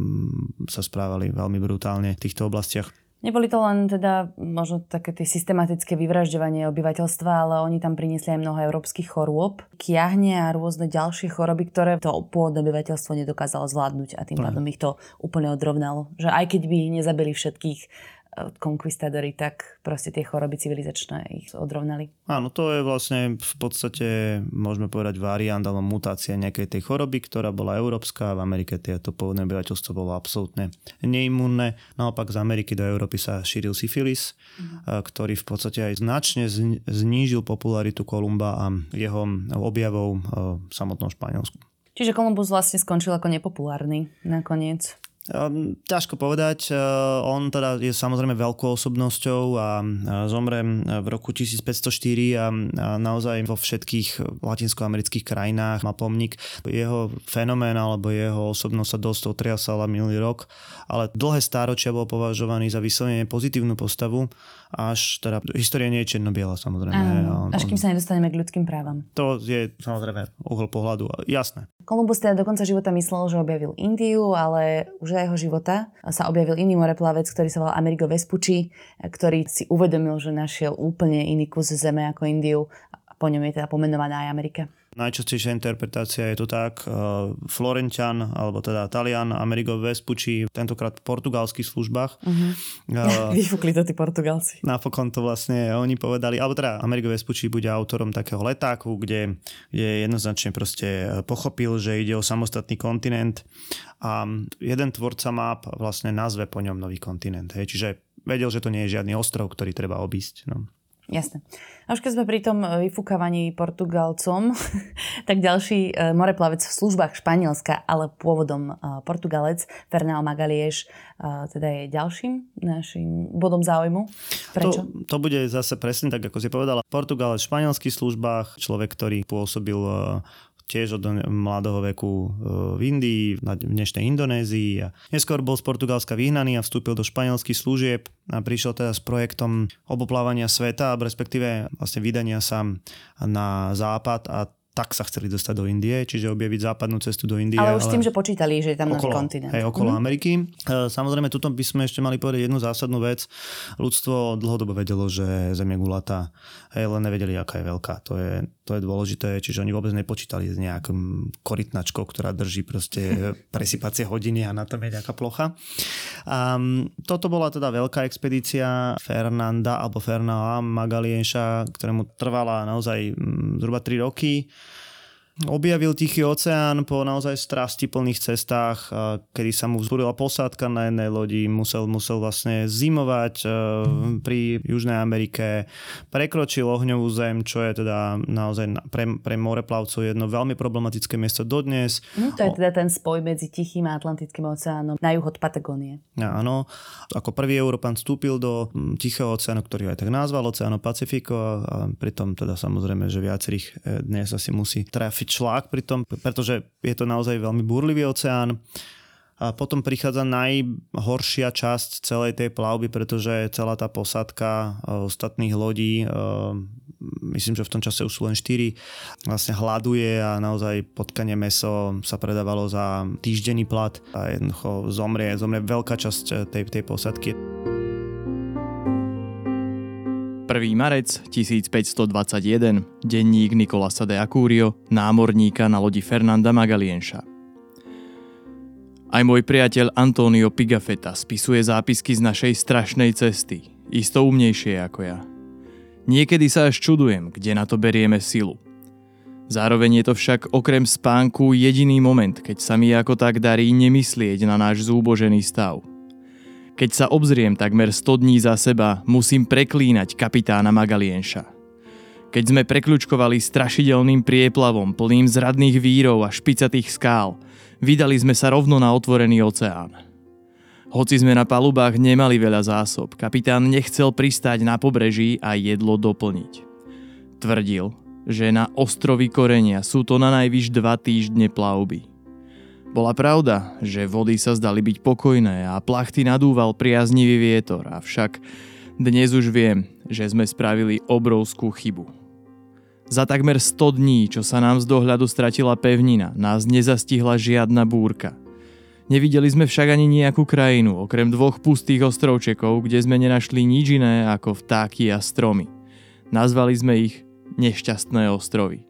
sa správali veľmi brutálne v týchto oblastiach. Neboli to len teda možno také tie systematické vyvražďovanie obyvateľstva, ale oni tam priniesli aj mnoho európskych chorôb, kiahne a rôzne ďalšie choroby, ktoré to pôvodné obyvateľstvo nedokázalo zvládnuť a tým pádom ich to úplne odrovnalo. Že aj keď by nezabili všetkých konkvistádori, tak proste tie choroby civilizačné ich odrovnali. Áno, to je vlastne v podstate, môžeme povedať, variant alebo mutácia nejakej tej choroby, ktorá bola európska. V Amerike to pôvodné obyvateľstvo bolo absolútne neimúnne. Naopak z Ameriky do Európy sa šíril syfilis, mm. ktorý v podstate aj značne znížil popularitu Kolumba a jeho objavov v samotnom Španielsku. Čiže Kolumbus vlastne skončil ako nepopulárny nakoniec. Um, ťažko povedať. Uh, on teda je samozrejme veľkou osobnosťou a uh, zomre v roku tisícpäťstoštyri a, a naozaj vo všetkých latinskoamerických krajinách má pomník. Jeho fenomén alebo jeho osobnosť sa dosť otriasala minulý rok, ale dlhé stáročia bol považovaný za vyslovene pozitívnu postavu, až teda história nie je čierno-biela, samozrejme. Áno, až kým sa nedostaneme k ľudským právam. To je samozrejme uhol pohľadu, jasné. Kolumbus teda do konca života myslel, že objavil Indiu, ale už za jeho života sa objavil iný moreplavec, ktorý sa volal Amerigo Vespucci, ktorý si uvedomil, že našiel úplne iný kus zeme ako Indiu a po ňom je teda pomenovaná aj Amerika. Najčastejšia interpretácia je to tak, uh, Florentian, alebo teda Talian, Amerigo Vespucci, tentokrát v portugalských službách. Uh-huh. Uh, Vyfúkli to tí Portugálci. Napokon to vlastne oni povedali, alebo teda Amerigo Vespucci bude autorom takého letáku, kde, kde jednoznačne proste pochopil, že ide o samostatný kontinent a jeden tvorca map vlastne nazve po ňom nový kontinent. Hej. Čiže vedel, že to nie je žiadny ostrov, ktorý treba obísť. No. Jasné. A už keď sme pri tom vyfúkavaní Portugalcom, tak ďalší moreplavec v službách Španielska, ale pôvodom Portugalec, Fernão Magalhães, teda je ďalším našim bodom záujmu. Prečo? To, to bude zase presne tak, ako si povedala. Portugalec v španielských službách, človek, ktorý pôsobil tiež od mladého veku v Indii, v dnešnej Indonézii. A neskôr bol z Portugalska vyhnaný a vstúpil do španielských služieb a prišiel teda s projektom oboplávania sveta, respektíve vlastne vydania sa na západ a tak sa chceli dostať do Indie, čiže objaviť západnú cestu do Indie. Ale už ale... tým, že počítali, že je tam nový kontinent. Hej, okolo mm-hmm. Ameriky. Samozrejme, tuto by sme ešte mali povedať jednu zásadnú vec. Ľudstvo dlhodobo vedelo, že Zem je gulatá, hej, len nevedeli, aká je veľká. To je, to je dôležité, čiže oni vôbec nepočítali s nejakým korytnačkou, ktorá drží proste presypacie hodiny a na tom je nejaká plocha. A toto bola teda veľká expedícia Fernanda alebo Fernão Magalhãesa, ktorému trvala naozaj zhruba tri roky. Objavil Tichý oceán po naozaj strastiplných cestách, kedy sa mu vzbúrila posádka na jednej lodi, musel, musel vlastne zimovať pri Južnej Amerike, prekročil ohňovú zem, čo je teda naozaj pre, pre moreplavcov jedno veľmi problematické miesto dodnes. No, to je teda ten spoj medzi Tichým a Atlantickým oceánom na juh od Patagónie. Áno, ako prvý Európan vstúpil do Tichého oceánu, ktorý aj tak nazval Oceáno Pacifico a pritom teda samozrejme, že viacerých dnes asi musí trafiť šlák pri tom, pretože je to naozaj veľmi búrlivý oceán. A potom prichádza najhoršia časť celej tej plavby, pretože celá tá posádka ostatných lodí, myslím, že v tom čase už sú len štyri, vlastne hladuje a naozaj potkanie mäso sa predávalo za týždenný plat a jednoducho zomrie, zomrie veľká časť tej, tej posádky. prvého marca tisícpäťstodvadsaťjeden, denník Nicolasa de Acurio, námorníka na lodi Fernanda Magalhãesa. Aj môj priateľ Antonio Pigafetta spisuje zápisky z našej strašnej cesty, isto umnejšie ako ja. Niekedy sa až čudujem, kde na to berieme silu. Zároveň je to však okrem spánku jediný moment, keď sa mi ako tak darí nemyslieť na náš zúbožený stav. Keď sa obzriem takmer sto dní za seba, musím preklínať kapitána Magalhãesa. Keď sme prekľučkovali strašidelným prieplavom plným zradných vírov a špicatých skál, vydali sme sa rovno na otvorený oceán. Hoci sme na palubách nemali veľa zásob, kapitán nechcel pristáť na pobreží a jedlo doplniť. Tvrdil, že na ostrovy Korenia sú to na najvyš dva týždne plavby. Bola pravda, že vody sa zdali byť pokojné a plachty nadúval priaznivý vietor, avšak dnes už viem, že sme spravili obrovskú chybu. Za takmer sto dní, čo sa nám z dohľadu stratila pevnina, nás nezastihla žiadna búrka. Nevideli sme však ani nejakú krajinu, okrem dvoch pustých ostrovčekov, kde sme nenašli nič iné ako vtáky a stromy. Nazvali sme ich Nešťastné ostrovy.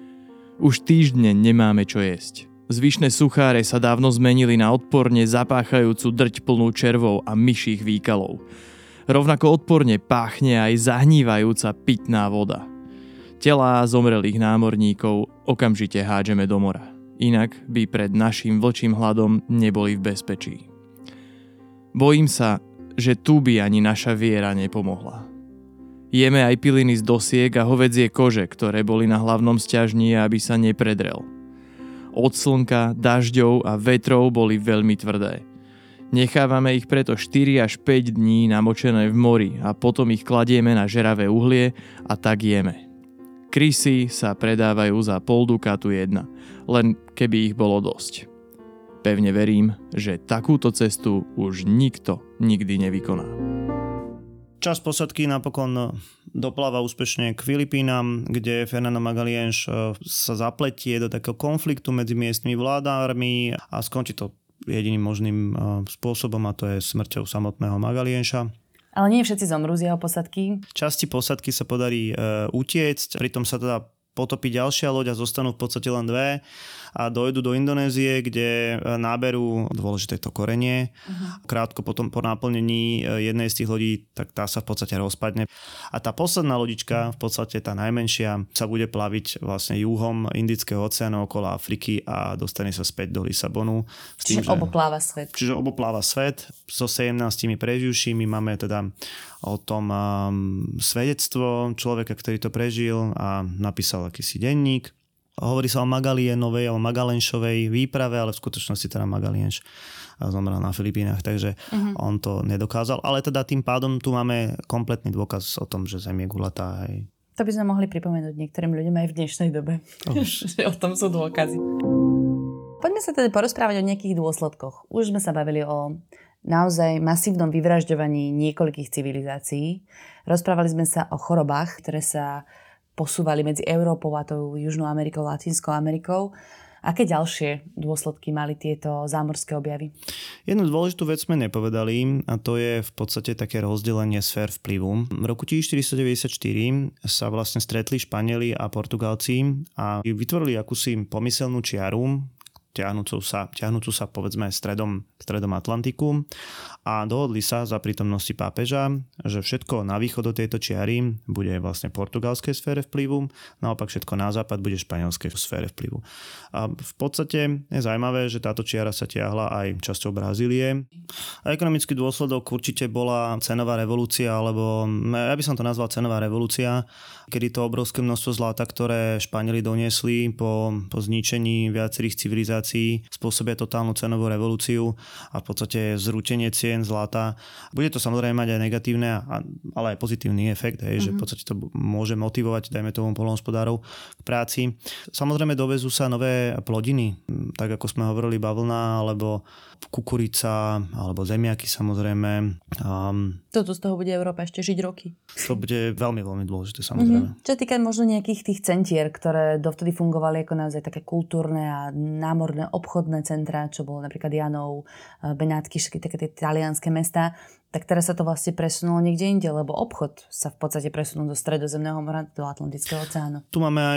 Už týždne nemáme čo jesť. Zvyšné sucháre sa dávno zmenili na odporne zapáchajúcu drť plnú červov a myších výkalov. Rovnako odporne páchne aj zahnívajúca pitná voda. Telá zomrelých námorníkov okamžite hádžeme do mora. Inak by pred našim vlčím hladom neboli v bezpečí. Bojím sa, že tu by ani naša viera nepomohla. Jeme aj piliny z dosiek a hovädzie kože, ktoré boli na hlavnom sťažni, aby sa nepredrel. Od slnka, dažďov a vetrov boli veľmi tvrdé. Nechávame ich preto štyri až päť dní namočené v mori a potom ich kladieme na žeravé uhlie a tak jeme. Krysy sa predávajú za pol dukátu jedna, len keby ich bolo dosť. Pevne verím, že takúto cestu už nikto nikdy nevykoná. Časť posadky napokon dopláva úspešne k Filipínam, kde Fernando Magalhães sa zapletie do takého konfliktu medzi miestnymi vládármi a skončí to jediným možným spôsobom, a to je smrťou samotného Magalhãesa. Ale nie všetci zomrú z jeho posadky. Časti posadky sa podarí e, utiecť, pritom sa teda potopí ďalšia loď a zostanú v podstate len dve a dojdu do Indonézie, kde náberú dôležité to korenie. Uh-huh. Krátko potom po naplnení jednej z tých lodí, tak tá sa v podstate rozpadne. A tá posledná lodička, v podstate tá najmenšia, sa bude plaviť vlastne juhom Indického oceánu okolo Afriky a dostane sa späť do Lisabonu. S čiže tým, obopláva svet. Čiže obopláva svet. So sedemnástimi preživšími máme teda o tom um, svedectvo človeka, ktorý to prežil a napísal akýsi denník. Hovorí sa o Magalhãenovej alebo Magalhãesovej výprave, ale v skutočnosti teda Magalhães zomrel na Filipínach, takže uh-huh. on to nedokázal. Ale teda tým pádom tu máme kompletný dôkaz o tom, že Zem je gulatá. Hej. To by sme mohli pripomenúť niektorým ľuďom aj v dnešnej dobe. Že o tom sú dôkazy. Poďme sa teda porozprávať o nejakých dôsledkoch. Už sme sa bavili o naozaj masívnom vyvražďovaní niekoľkých civilizácií. Rozprávali sme sa o chorobách, ktoré sa posúvali medzi Európou a tou Južnou Amerikou, Latinskou Amerikou. Aké ďalšie dôsledky mali tieto zámorské objavy? Jednu dôležitú vec sme nepovedali a to je v podstate také rozdelenie sfér vplyvu. V roku tisícštyristodeväťdesiatštyri sa vlastne stretli Španieli a Portugálci a vytvorili akúsi pomyselnú čiaru, ťahnúcu sa, ťahnúcu sa povedzme stredom, stredom Atlantiku a dohodli sa za prítomnosti pápeža, že všetko na východ od tejto čiary bude vlastne portugalskej sfére vplyvu, naopak všetko na západ bude španielskej sfére vplyvu. A v podstate je zaujímavé, že táto čiara sa tiahla aj časťou Brazílie. A ekonomický dôsledok určite bola cenová revolúcia, alebo ja by som to nazval cenová revolúcia, kedy to obrovské množstvo zlata, ktoré Španieli doniesli po, po zničení viacerých civilizácií, spôsobia totálnu cenovú revolúciu a v podstate zrútenie cien zlata. Bude to samozrejme mať aj negatívne, ale aj pozitívny efekt, hej, mm-hmm. že v podstate to môže motivovať, dajme tomu, poľnohospodárov k práci. Samozrejme dovezú sa nové plodiny, tak ako sme hovorili, bavlna, alebo kukurica, alebo zemiaky samozrejme. Um, Toto z toho bude Európa ešte žiť roky. To bude veľmi, veľmi dôležité samozrejme. Mm-hmm. Čo týka možno nejakých tých centier, ktoré dovtedy fungovali ako naozaj také kultúrne a námorné obchodné centrá, čo bolo napríklad Janov, Benátky, všetky také tie talianské mestá, tak teraz sa to vlastne presunulo niekde inde, lebo obchod sa v podstate presunul do Stredozemného mora, do Atlantického oceánu. Tu máme aj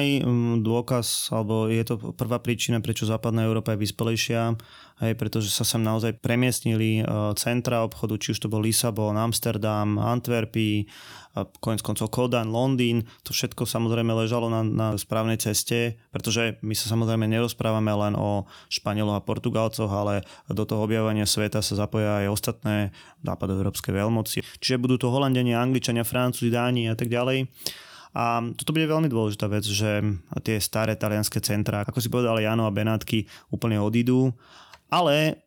dôkaz, alebo je to prvá príčina, prečo západná Európa je vyspelejšia, aj pretože sa sem naozaj premiestnili centra obchodu, či už to bol Lisabon, Amsterdam, Antwerpy, koniec koncov Kodaň, Londýn. To všetko samozrejme ležalo na, na správnej ceste, pretože my sa samozrejme nerozprávame len o Španieloch a Portugálcoch, ale do toho objavovania sveta sa zapoja aj ostatné západoeurópske veľmoci. Čiže budú to Holanďania, Angličania, Francúzi, Dáni a tak ďalej. A toto bude veľmi dôležitá vec, že tie staré talianské centrá, ako si povedal Jano a Benátky, úplne odídu. Ale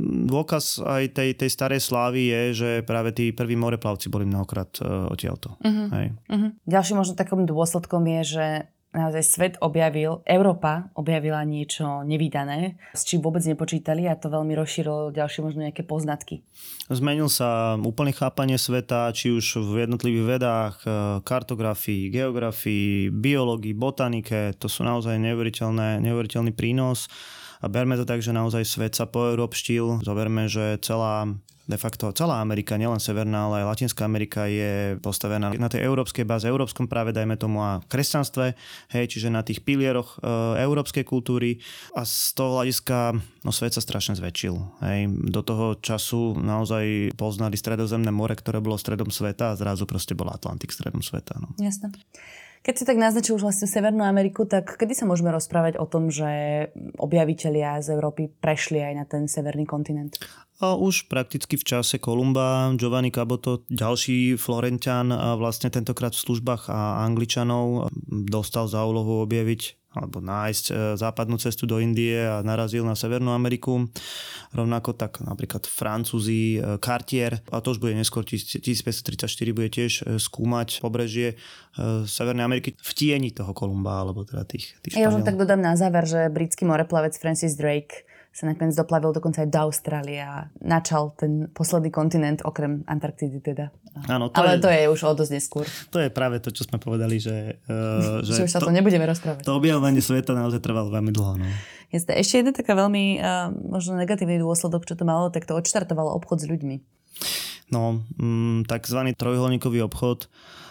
dôkaz aj tej, tej starej slávy je, že práve tí prví moreplavci boli mnohokrát uh, odtiaľto. Uh-huh. Hej. Uh-huh. Ďalším možno takým dôsledkom je, že naozaj svet objavil, Európa objavila niečo nevídané, s čím vôbec nepočítali a to veľmi rozšírilo ďalšie možno nejaké poznatky. Zmenil sa úplne chápanie sveta, či už v jednotlivých vedách, kartografii, geografii, biológii, botanike. To sú naozaj neuveriteľné, neuveriteľný prínos. A berme to tak, že naozaj svet sa poeurópštil. Zoberme, že celá de facto celá Amerika, nielen Severná, ale aj Latinská Amerika je postavená na tej európskej báze, európskom práve, dajme tomu, a kresťanstve, hej, čiže na tých pilieroch e, európskej kultúry a z toho hľadiska no, svet sa strašne zväčšil. Hej. Do toho času naozaj poznali Stredozemné more, ktoré bolo stredom sveta a zrazu proste bol Atlantik stredom sveta. No. Jasné. Keď si tak naznačil už vlastne Severnú Ameriku, tak kedy sa môžeme rozprávať o tom, že objavitelia z Európy prešli aj na ten severný kontinent? A už prakticky v čase Kolumba, Giovanni Caboto, ďalší Florentian, a vlastne tentokrát v službách a Angličanov dostal za úlohu objaviť alebo nájsť západnú cestu do Indie a narazil na Severnú Ameriku. Rovnako tak napríklad Francúzi, Cartier, a to už bude neskôr tisícpäťstotridsaťštyri, bude tiež skúmať pobrežie Severnej Ameriky v tieni toho Kolumba, alebo teda tých, tých Ja už tak dodám na záver, že britský moreplavec Francis Drake sa nakoniec doplavil dokonca aj do Austrálie a načal ten posledný kontinent, okrem Antarktidy teda. Áno, to Ale je, to je už o dosť neskôr. To je práve to, čo sme povedali, že... Uh, že už sa to, to nebudeme rozprávať. To objavovanie sveta naozaj trvalo veľmi dlho. No. Jasne. Ešte jedna taká veľmi uh, možno negatívny dôsledok, čo to malo, tak to odštartovalo obchod s ľuďmi. No, mm, takzvaný trojuholníkový obchod.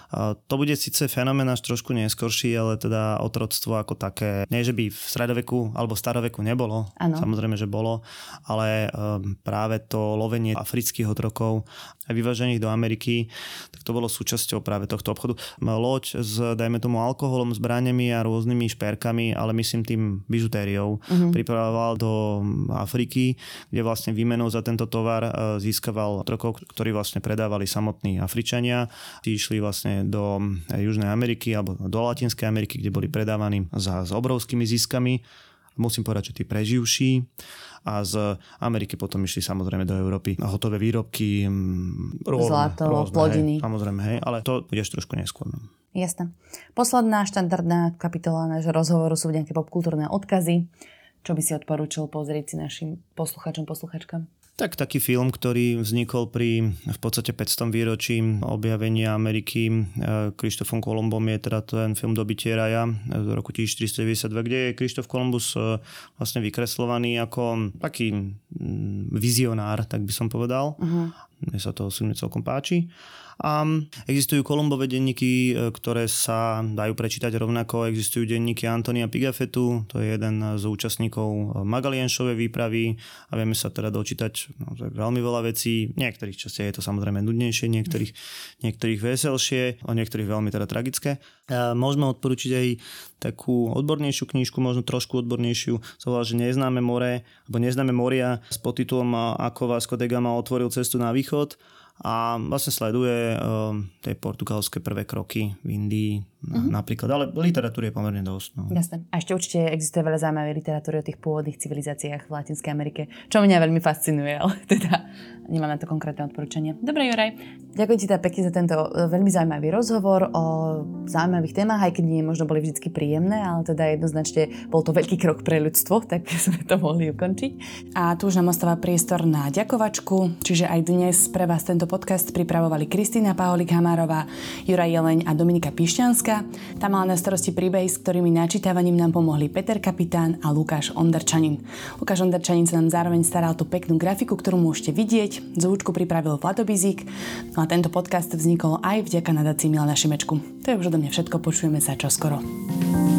To bude síce fenomén až trošku neskorší, ale teda otroctvo ako také, nie že by v stredoveku alebo staroveku nebolo, ano. Samozrejme, že bolo, ale um, práve to lovenie afrických otrokov a vyvážených do Ameriky, tak to bolo súčasťou práve tohto obchodu. Loď s, dajme tomu, alkoholom, zbraniami a rôznymi šperkami, ale myslím tým bižutériou, uh-huh. pripravoval do Afriky, kde vlastne výmenou za tento tovar získaval otrokov, ktorí vlastne predávali samotní Afričania. Tí išli vlastne do Južnej Ameriky alebo do Latinskej Ameriky, kde boli predávaní za, s obrovskými ziskami. Musím povedať, že tí preživší. A z Ameriky potom išli samozrejme do Európy hotové výrobky. Rôzne, Zlato, rôzne, plodiny. Hej, samozrejme, hej, ale to budeš trošku neskôr. No. Jasné. Posledná štandardná kapitola nášho rozhovoru sú nejaké popkultúrne odkazy. Čo by si odporúčil pozrieť si našim poslucháčom, posluchačkám? Tak taký film, ktorý vznikol pri v podstate päťstom výročí objavenia Ameriky Krištofom Kolumbom, je teda ten film Dobitie raja z roku tisícštyristodeväťdesiatdva, kde je Krištof Kolumbus vlastne vykreslovaný ako taký vizionár, tak by som povedal. Uh-huh. Mne sa to osobne celkom páči. A existujú Kolumbové denníky, ktoré sa dajú prečítať rovnako. Existujú denníky Antonia Pigafettu, to je jeden z účastníkov Magalienšovej výpravy a vieme sa teda dočítať no, veľmi veľa vecí. Niektorých častiach je to samozrejme nudnejšie, niektorých, niektorých veselšie a niektorých veľmi teda tragické. A môžeme odporučiť aj takú odbornejšiu knižku, možno trošku odbornejšiu, sa volá, že Neznáme more, alebo Neznáme moria s podtitulom Ako Vasco da Gama otvoril cestu na východ. A vlastne sleduje uh, tie portugalské prvé kroky v Indii uh-huh. napríklad, ale literatúry je pomerne dosť. No. Jasné. A ešte určite existuje veľa zaujímavej literatúry o tých pôvodných civilizáciách v Latinskej Amerike, čo mňa veľmi fascinuje, ale teda nemám na to konkrétne odporúčanie. Dobre, Juraj, ďakujem ti teda pekne za tento veľmi zaujímavý rozhovor o zaujímavých témach, aj keď nie možno boli vždy príjemné, ale teda jednoznačne bol to veľký krok pre ľudstvo, tak sme to mohli ukončiť. A tu už nám ostáva priestor na ďakovačku, čiže aj dnes pre vás tento podcast pripravovali Kristína Paholik-Hamárová, Juraj Jeleň a Dominika Pišťanská. Tá mala na starosti príbehy, s ktorými načítavaním nám pomohli Peter Kapitán a Lukáš Onderčanin. Lukáš Onderčanin sa nám zároveň staral tú peknú grafiku, ktorú môžete vidieť. Zvučku pripravil Vlado Bizík. No a tento podcast vznikol aj vďaka nadácii Milana Šimečku. To je už odo mňa všetko, počujeme sa čoskoro.